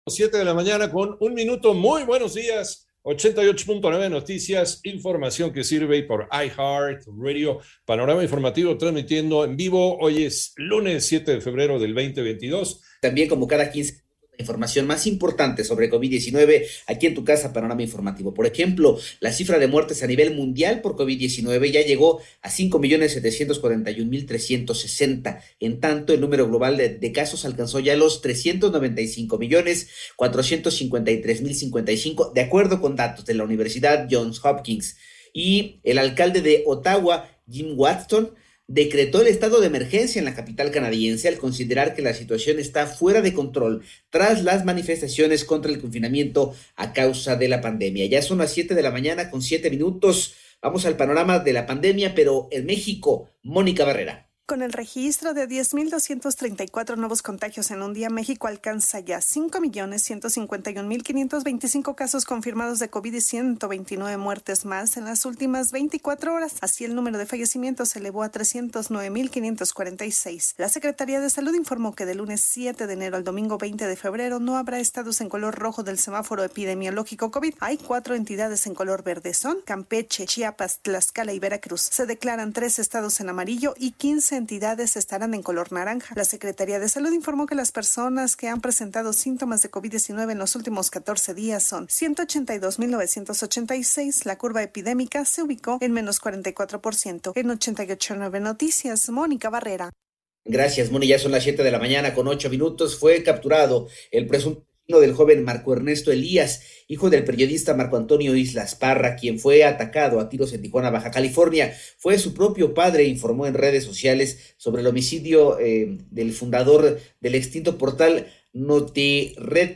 7 de la mañana con un minuto. Muy buenos días. 88.9 Noticias, información que sirve por iHeart Radio, panorama informativo transmitiendo en vivo. Hoy es lunes 7 de febrero del 2022. También como cada 15 minutos la información más importante sobre COVID-19 aquí en tu casa, Panorama Informativo. Por ejemplo, la cifra de muertes a nivel mundial por COVID-19 ya llegó a 5.741.360. En tanto, el número global de casos alcanzó ya los 395.453.055, de acuerdo con datos de la Universidad Johns Hopkins. Y el alcalde de Ottawa, Jim Watson, decretó el estado de emergencia en la capital canadiense al considerar que la situación está fuera de control tras las manifestaciones contra el confinamiento a causa de la pandemia. Ya son las 7 de la mañana con 7 minutos. Vamos al panorama de la pandemia, pero en México, Mónica Barrera. Con el registro de 10.234 nuevos contagios en un día, México alcanza ya 5.151.525 casos confirmados de COVID y 129 muertes más en las últimas 24 horas. Así, el número de fallecimientos se elevó a 309.546. La Secretaría de Salud informó que del lunes 7 de enero al domingo 20 de febrero no habrá estados en color rojo del semáforo epidemiológico COVID. Hay 4 entidades en color verde. Son Campeche, Chiapas, Tlaxcala y Veracruz. Se declaran 3 estados en amarillo y 15 entidades estarán en color naranja. La Secretaría de Salud informó que las personas que han presentado síntomas de COVID-19 en los últimos 14 días son 182.986. La curva epidémica se ubicó en menos 44%. En 88.9 Noticias, Mónica Barrera. Gracias, Moni. Ya son las 7 de la mañana con 8 minutos. Fue capturado el presunto del joven Marco Ernesto Elías, hijo del periodista Marco Antonio Islas Parra, quien fue atacado a tiros en Tijuana, Baja California. Fue su propio padre, informó en redes sociales sobre el homicidio del fundador del extinto portal NotiRed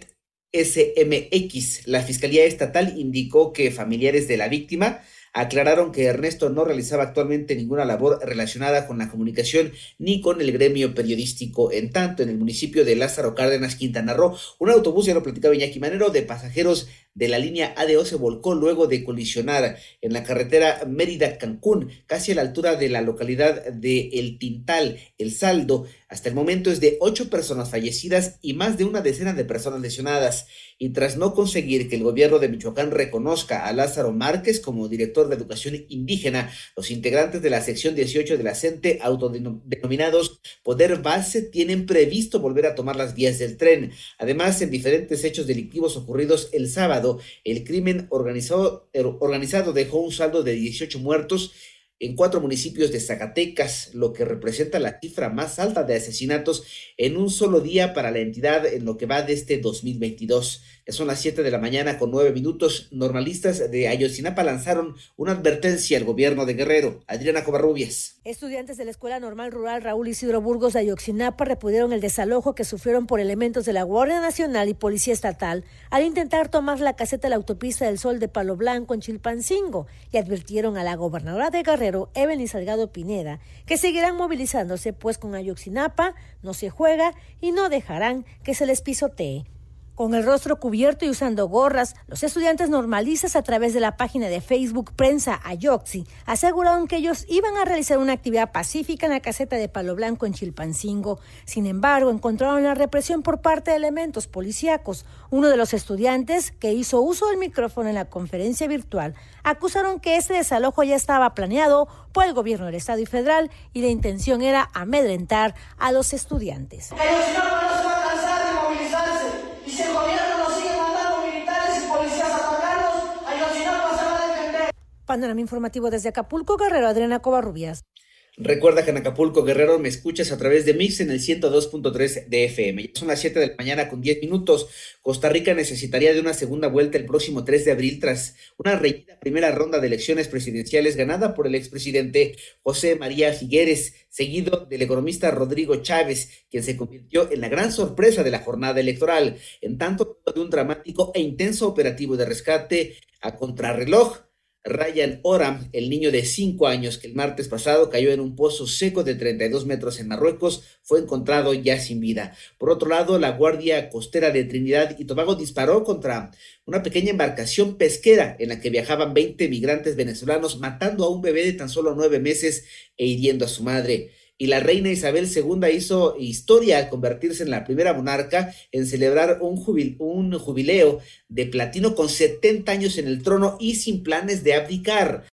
SMX. La Fiscalía Estatal indicó que familiares de la víctima aclararon que Ernesto no realizaba actualmente ninguna labor relacionada con la comunicación ni con el gremio periodístico. En tanto, en el municipio de Lázaro Cárdenas, Quintana Roo, un autobús, ya lo platicaba Iñaki Manero, de pasajeros de la línea ADO se volcó luego de colisionar en la carretera Mérida-Cancún, casi a la altura de la localidad de El Tintal. El saldo hasta el momento es de 8 personas fallecidas y más de una decena de personas lesionadas. Y tras no conseguir que el gobierno de Michoacán reconozca a Lázaro Márquez como director de educación indígena, los integrantes de la sección 18 de la CENTE, autodenominados Poder Base, tienen previsto volver a tomar las vías del tren. Además, en diferentes hechos delictivos ocurridos el sábado, el crimen organizado dejó un saldo de 18 muertos en 4 municipios de Zacatecas, lo que representa la cifra más alta de asesinatos en un solo día para la entidad en lo que va de este 2022. Ya son las 7 de la mañana con 9 minutos. Normalistas de Ayotzinapa lanzaron una advertencia al gobierno de Guerrero. Adriana Covarrubias. Estudiantes de la Escuela Normal Rural Raúl Isidro Burgos de Ayotzinapa repudiaron el desalojo que sufrieron por elementos de la Guardia Nacional y Policía Estatal al intentar tomar la caseta de la autopista del Sol de Palo Blanco en Chilpancingo y advirtieron a la gobernadora de Guerrero, Evelyn Salgado Pineda, que seguirán movilizándose, pues con Ayotzinapa no se juega y no dejarán que se les pisotee. Con el rostro cubierto y usando gorras, los estudiantes normalistas a través de la página de Facebook Prensa Ayoxi aseguraron que ellos iban a realizar una actividad pacífica en la caseta de Palo Blanco en Chilpancingo. Sin embargo, encontraron la represión por parte de elementos policíacos. Uno de los estudiantes, que hizo uso del micrófono en la conferencia virtual, acusaron que este desalojo ya estaba planeado por el gobierno del estado y federal y la intención era amedrentar a los estudiantes. Y si el gobierno nos sigue mandando militares y policías a atacarnos, Ayotzinapa se va a defender. Panorama informativo desde Acapulco, Guerrero, Adriana Covarrubias. Recuerda que en Acapulco, Guerrero, me escuchas a través de Mix en el 102.3 de FM. Ya son las 7 de la mañana con 10 minutos. Costa Rica necesitaría de una segunda vuelta el próximo 3 de abril tras una reñida primera ronda de elecciones presidenciales ganada por el expresidente José María Figueres, seguido del economista Rodrigo Chávez, quien se convirtió en la gran sorpresa de la jornada electoral. En tanto, de un dramático e intenso operativo de rescate a contrarreloj, Ryan Oram, el niño de 5 años que el martes pasado cayó en un pozo seco de 32 metros en Marruecos, fue encontrado ya sin vida. Por otro lado, la Guardia Costera de Trinidad y Tobago disparó contra una pequeña embarcación pesquera en la que viajaban 20 migrantes venezolanos, matando a un bebé de tan solo 9 meses e hiriendo a su madre. y la reina Isabel II hizo historia al convertirse en la primera monarca en celebrar un jubileo de platino con 70 años en el trono y sin planes de abdicar.